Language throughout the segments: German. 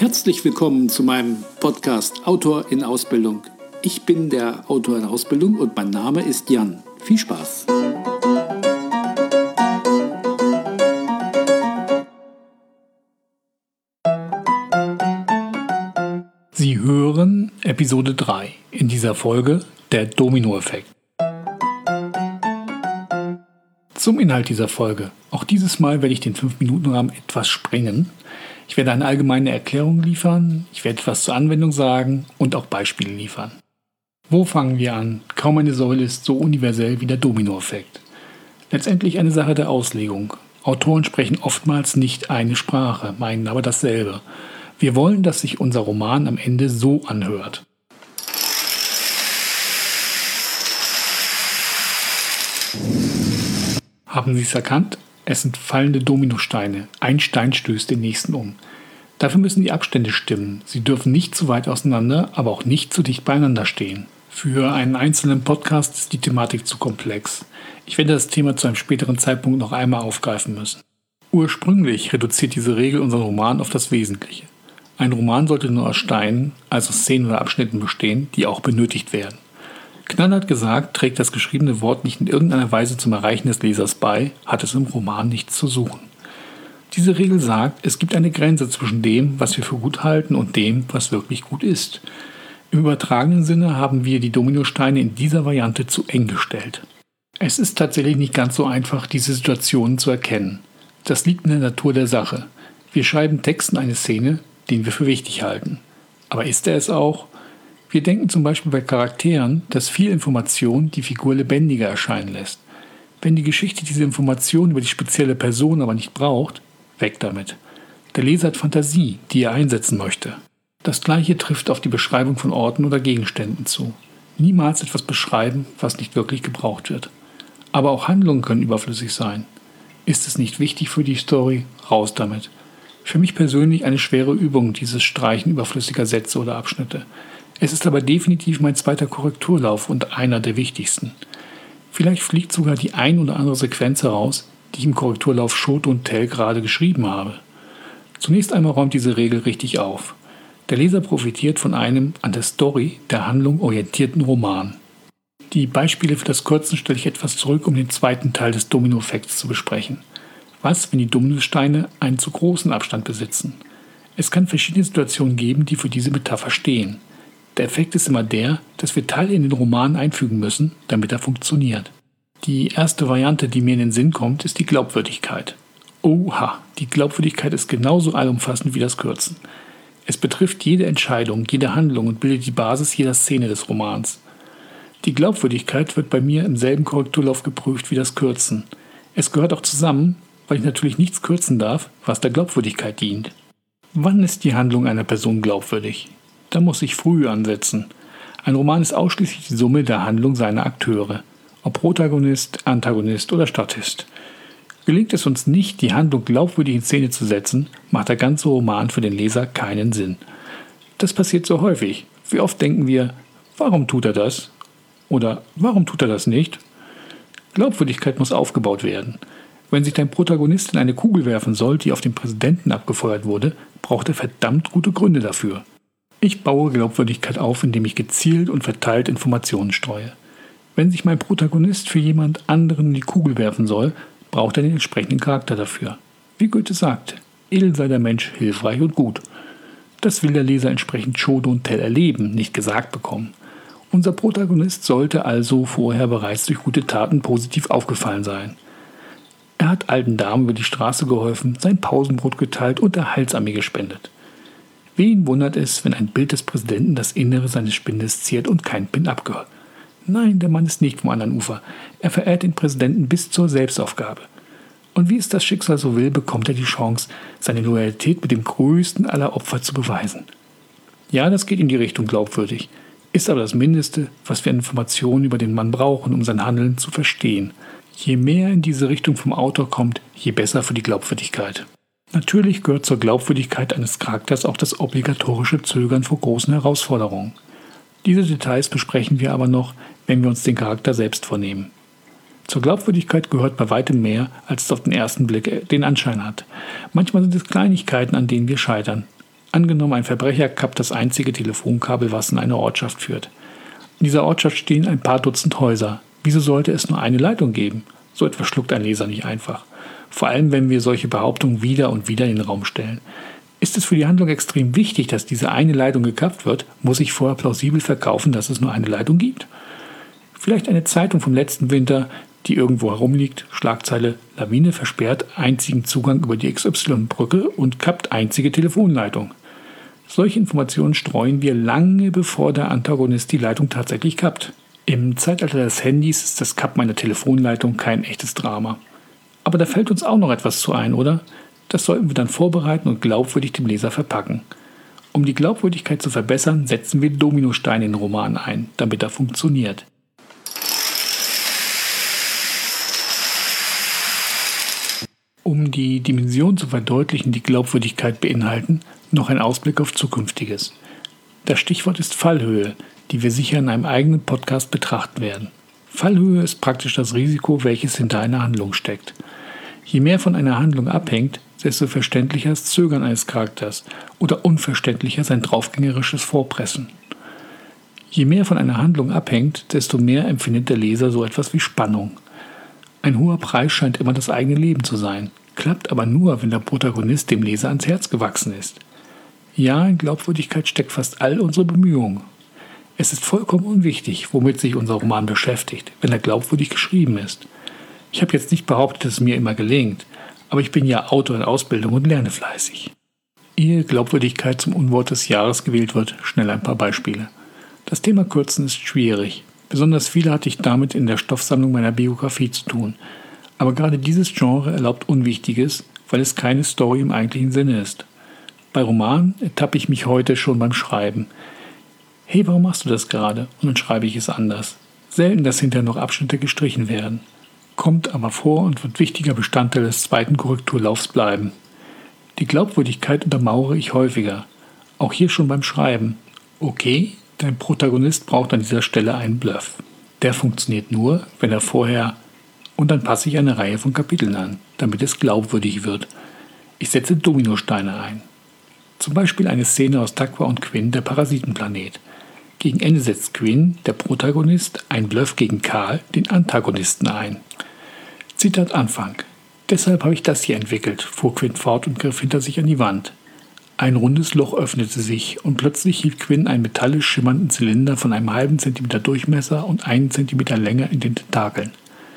Herzlich willkommen zu meinem Podcast Autor in Ausbildung. Ich bin der Autor in Ausbildung und mein Name ist Jan. Viel Spaß! Sie hören Episode 3, in dieser Folge der Dominoeffekt. Zum Inhalt dieser Folge. Auch dieses Mal werde ich den 5-Minuten-Rahmen etwas sprengen. Ich werde eine allgemeine Erklärung liefern, ich werde etwas zur Anwendung sagen und auch Beispiele liefern. Wo fangen wir an? Kaum eine Säule ist so universell wie der Dominoeffekt. Letztendlich eine Sache der Auslegung. Autoren sprechen oftmals nicht eine Sprache, meinen aber dasselbe. Wir wollen, dass sich unser Roman am Ende so anhört. Haben Sie es erkannt? Es sind fallende Dominosteine. Ein Stein stößt den nächsten um. Dafür müssen die Abstände stimmen. Sie dürfen nicht zu weit auseinander, aber auch nicht zu dicht beieinander stehen. Für einen einzelnen Podcast ist die Thematik zu komplex. Ich werde das Thema zu einem späteren Zeitpunkt noch einmal aufgreifen müssen. Ursprünglich reduziert diese Regel unseren Roman auf das Wesentliche. Ein Roman sollte nur aus Steinen, also Szenen oder Abschnitten bestehen, die auch benötigt werden. Knallhart gesagt, trägt das geschriebene Wort nicht in irgendeiner Weise zum Erreichen des Lesers bei, hat es im Roman nichts zu suchen. Diese Regel sagt, es gibt eine Grenze zwischen dem, was wir für gut halten und dem, was wirklich gut ist. Im übertragenen Sinne haben wir die Dominosteine in dieser Variante zu eng gestellt. Es ist tatsächlich nicht ganz so einfach, diese Situationen zu erkennen. Das liegt in der Natur der Sache. Wir schreiben Texten eine Szene, den wir für wichtig halten. Aber ist er es auch? Wir denken zum Beispiel bei Charakteren, dass viel Information die Figur lebendiger erscheinen lässt. Wenn die Geschichte diese Information über die spezielle Person aber nicht braucht, weg damit. Der Leser hat Fantasie, die er einsetzen möchte. Das Gleiche trifft auf die Beschreibung von Orten oder Gegenständen zu. Niemals etwas beschreiben, was nicht wirklich gebraucht wird. Aber auch Handlungen können überflüssig sein. Ist es nicht wichtig für die Story? Raus damit. Für mich persönlich eine schwere Übung, dieses Streichen überflüssiger Sätze oder Abschnitte. Es ist aber definitiv mein zweiter Korrekturlauf und einer der wichtigsten. Vielleicht fliegt sogar die ein oder andere Sequenz heraus, die ich im Korrekturlauf Schote und Tell gerade geschrieben habe. Zunächst einmal räumt diese Regel richtig auf. Der Leser profitiert von einem an der Story der Handlung orientierten Roman. Die Beispiele für das Kürzen stelle ich etwas zurück, um den zweiten Teil des Dominoeffekts zu besprechen. Was, wenn die Dominosteine einen zu großen Abstand besitzen? Es kann verschiedene Situationen geben, die für diese Metapher stehen. Der Effekt ist immer der, dass wir Teile in den Roman einfügen müssen, damit er funktioniert. Die erste Variante, die mir in den Sinn kommt, ist die Glaubwürdigkeit. Oha, die Glaubwürdigkeit ist genauso allumfassend wie das Kürzen. Es betrifft jede Entscheidung, jede Handlung und bildet die Basis jeder Szene des Romans. Die Glaubwürdigkeit wird bei mir im selben Korrekturlauf geprüft wie das Kürzen. Es gehört auch zusammen, weil ich natürlich nichts kürzen darf, was der Glaubwürdigkeit dient. Wann ist die Handlung einer Person glaubwürdig? Da muss ich früh ansetzen. Ein Roman ist ausschließlich die Summe der Handlung seiner Akteure, ob Protagonist, Antagonist oder Statist. Gelingt es uns nicht, die Handlung glaubwürdig in Szene zu setzen, macht der ganze Roman für den Leser keinen Sinn. Das passiert so häufig. Wie oft denken wir, warum tut er das? Oder warum tut er das nicht? Glaubwürdigkeit muss aufgebaut werden. Wenn sich dein Protagonist in eine Kugel werfen soll, die auf den Präsidenten abgefeuert wurde, braucht er verdammt gute Gründe dafür. Ich baue Glaubwürdigkeit auf, indem ich gezielt und verteilt Informationen streue. Wenn sich mein Protagonist für jemand anderen in die Kugel werfen soll, braucht er den entsprechenden Charakter dafür. Wie Goethe sagte, edel sei der Mensch, hilfreich und gut. Das will der Leser entsprechend Schote und Tell erleben, nicht gesagt bekommen. Unser Protagonist sollte also vorher bereits durch gute Taten positiv aufgefallen sein. Er hat alten Damen über die Straße geholfen, sein Pausenbrot geteilt und der Heilsarmee gespendet. Wen wundert es, wenn ein Bild des Präsidenten das Innere seines Spindes ziert und kein Pin-up gehört? Nein, der Mann ist nicht vom anderen Ufer. Er verehrt den Präsidenten bis zur Selbstaufgabe. Und wie es das Schicksal so will, bekommt er die Chance, seine Loyalität mit dem größten aller Opfer zu beweisen. Ja, das geht in die Richtung glaubwürdig, ist aber das Mindeste, was wir an Informationen über den Mann brauchen, um sein Handeln zu verstehen. Je mehr in diese Richtung vom Autor kommt, je besser für die Glaubwürdigkeit. Natürlich gehört zur Glaubwürdigkeit eines Charakters auch das obligatorische Zögern vor großen Herausforderungen. Diese Details besprechen wir aber noch, wenn wir uns den Charakter selbst vornehmen. Zur Glaubwürdigkeit gehört bei weitem mehr, als es auf den ersten Blick den Anschein hat. Manchmal sind es Kleinigkeiten, an denen wir scheitern. Angenommen, ein Verbrecher kappt das einzige Telefonkabel, was in eine Ortschaft führt. In dieser Ortschaft stehen ein paar Dutzend Häuser. Wieso sollte es nur eine Leitung geben? So etwas schluckt ein Leser nicht einfach. Vor allem, wenn wir solche Behauptungen wieder und wieder in den Raum stellen. Ist es für die Handlung extrem wichtig, dass diese eine Leitung gekappt wird, muss ich vorher plausibel verkaufen, dass es nur eine Leitung gibt. Vielleicht eine Zeitung vom letzten Winter, die irgendwo herumliegt, Schlagzeile: Lawine versperrt einzigen Zugang über die XY-Brücke und kappt einzige Telefonleitung. Solche Informationen streuen wir lange bevor der Antagonist die Leitung tatsächlich kappt. Im Zeitalter des Handys ist das Kappen einer Telefonleitung kein echtes Drama. Aber da fällt uns auch noch etwas zu ein, oder? Das sollten wir dann vorbereiten und glaubwürdig dem Leser verpacken. Um die Glaubwürdigkeit zu verbessern, setzen wir Dominosteine in den Roman ein, damit er funktioniert. Um die Dimension zu verdeutlichen, die Glaubwürdigkeit beinhalten, noch ein Ausblick auf Zukünftiges. Das Stichwort ist Fallhöhe, die wir sicher in einem eigenen Podcast betrachten werden. Fallhöhe ist praktisch das Risiko, welches hinter einer Handlung steckt. Je mehr von einer Handlung abhängt, desto verständlicher das Zögern eines Charakters oder unverständlicher sein draufgängerisches Vorpressen. Je mehr von einer Handlung abhängt, desto mehr empfindet der Leser so etwas wie Spannung. Ein hoher Preis scheint immer das eigene Leben zu sein, klappt aber nur, wenn der Protagonist dem Leser ans Herz gewachsen ist. Ja, in Glaubwürdigkeit steckt fast all unsere Bemühungen. Es ist vollkommen unwichtig, womit sich unser Roman beschäftigt, wenn er glaubwürdig geschrieben ist. Ich habe jetzt nicht behauptet, dass es mir immer gelingt, aber ich bin ja Autor in Ausbildung und lerne fleißig. Ehe Glaubwürdigkeit zum Unwort des Jahres gewählt wird, schnell ein paar Beispiele. Das Thema Kürzen ist schwierig. Besonders viel hatte ich damit in der Stoffsammlung meiner Biografie zu tun. Aber gerade dieses Genre erlaubt Unwichtiges, weil es keine Story im eigentlichen Sinne ist. Bei Romanen ertappe ich mich heute schon beim Schreiben. Hey, warum machst du das gerade? Und dann schreibe ich es anders. Selten, dass hinterher noch Abschnitte gestrichen werden. Kommt aber vor und wird wichtiger Bestandteil des zweiten Korrekturlaufs bleiben. Die Glaubwürdigkeit untermauere ich häufiger. Auch hier schon beim Schreiben. Okay, dein Protagonist braucht an dieser Stelle einen Bluff. Der funktioniert nur, wenn er vorher... Und dann passe ich eine Reihe von Kapiteln an, damit es glaubwürdig wird. Ich setze Dominosteine ein. Zum Beispiel eine Szene aus Takwa und Quinn, der Parasitenplanet. Gegen Ende setzt Quinn, der Protagonist, einen Bluff gegen Karl, den Antagonisten, ein. Zitat Anfang. Deshalb habe ich das hier entwickelt, fuhr Quinn fort und griff hinter sich an die Wand. Ein rundes Loch öffnete sich und plötzlich hielt Quinn einen metallisch schimmernden Zylinder von einem halben Zentimeter Durchmesser und 1 Zentimeter Länge in den Tentakeln.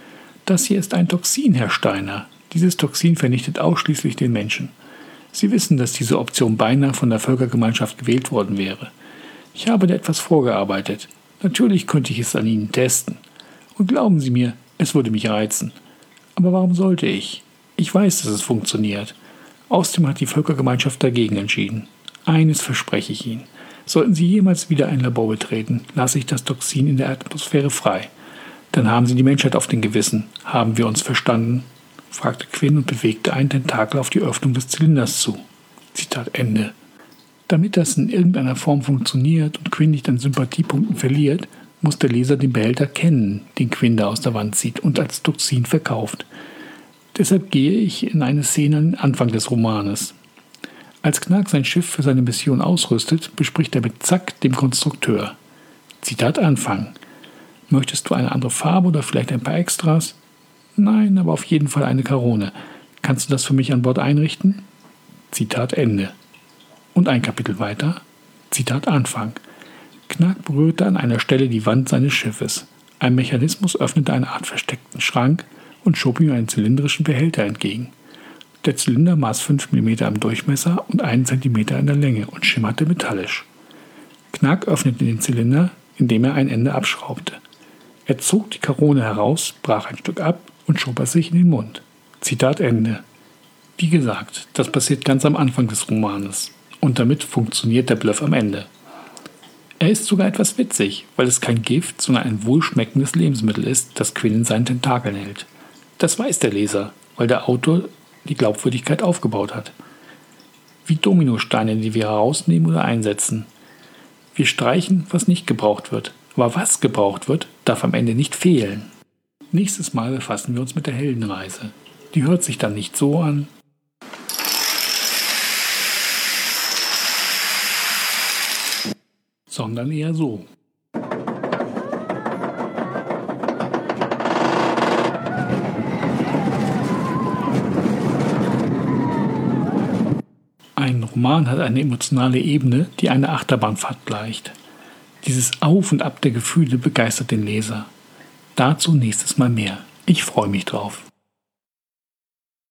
Das hier ist ein Toxin, Herr Steiner. Dieses Toxin vernichtet ausschließlich den Menschen. Sie wissen, dass diese Option beinahe von der Völkergemeinschaft gewählt worden wäre. Ich habe da etwas vorgearbeitet. Natürlich könnte ich es an Ihnen testen. Und glauben Sie mir, es würde mich reizen. Aber warum sollte ich? Ich weiß, dass es funktioniert. Außerdem hat die Völkergemeinschaft dagegen entschieden. Eines verspreche ich Ihnen. Sollten Sie jemals wieder ein Labor betreten, lasse ich das Toxin in der Atmosphäre frei. Dann haben Sie die Menschheit auf dem Gewissen. Haben wir uns verstanden? Fragte Quinn und bewegte einen Tentakel auf die Öffnung des Zylinders zu. Zitat Ende. Damit das in irgendeiner Form funktioniert und Quinn nicht an Sympathiepunkten verliert, muss der Leser den Behälter kennen, den Quinn da aus der Wand zieht und als Toxin verkauft. Deshalb gehe ich in eine Szene an den Anfang des Romanes. Als Knark sein Schiff für seine Mission ausrüstet, bespricht er mit Zack, dem Konstrukteur. Zitat Anfang. Möchtest du eine andere Farbe oder vielleicht ein paar Extras? Nein, aber auf jeden Fall eine Karone. Kannst du das für mich an Bord einrichten? Zitat Ende. Und ein Kapitel weiter. Zitat Anfang. Knark berührte an einer Stelle die Wand seines Schiffes. Ein Mechanismus öffnete eine Art versteckten Schrank und schob ihm einen zylindrischen Behälter entgegen. Der Zylinder maß 5 mm im Durchmesser und 1 cm in der Länge und schimmerte metallisch. Knark öffnete den Zylinder, indem er ein Ende abschraubte. Er zog die Karone heraus, brach ein Stück ab und schob es sich in den Mund. Zitat Ende. Wie gesagt, das passiert ganz am Anfang des Romanes. Und damit funktioniert der Bluff am Ende. Er ist sogar etwas witzig, weil es kein Gift, sondern ein wohlschmeckendes Lebensmittel ist, das Quinn in seinen Tentakeln hält. Das weiß der Leser, weil der Autor die Glaubwürdigkeit aufgebaut hat. Wie Dominosteine, die wir herausnehmen oder einsetzen. Wir streichen, was nicht gebraucht wird. Aber was gebraucht wird, darf am Ende nicht fehlen. Nächstes Mal befassen wir uns mit der Heldenreise. Die hört sich dann nicht so an. sondern eher so. Ein Roman hat eine emotionale Ebene, die eine Achterbahnfahrt gleicht. Dieses Auf und Ab der Gefühle begeistert den Leser. Dazu nächstes Mal mehr. Ich freue mich drauf.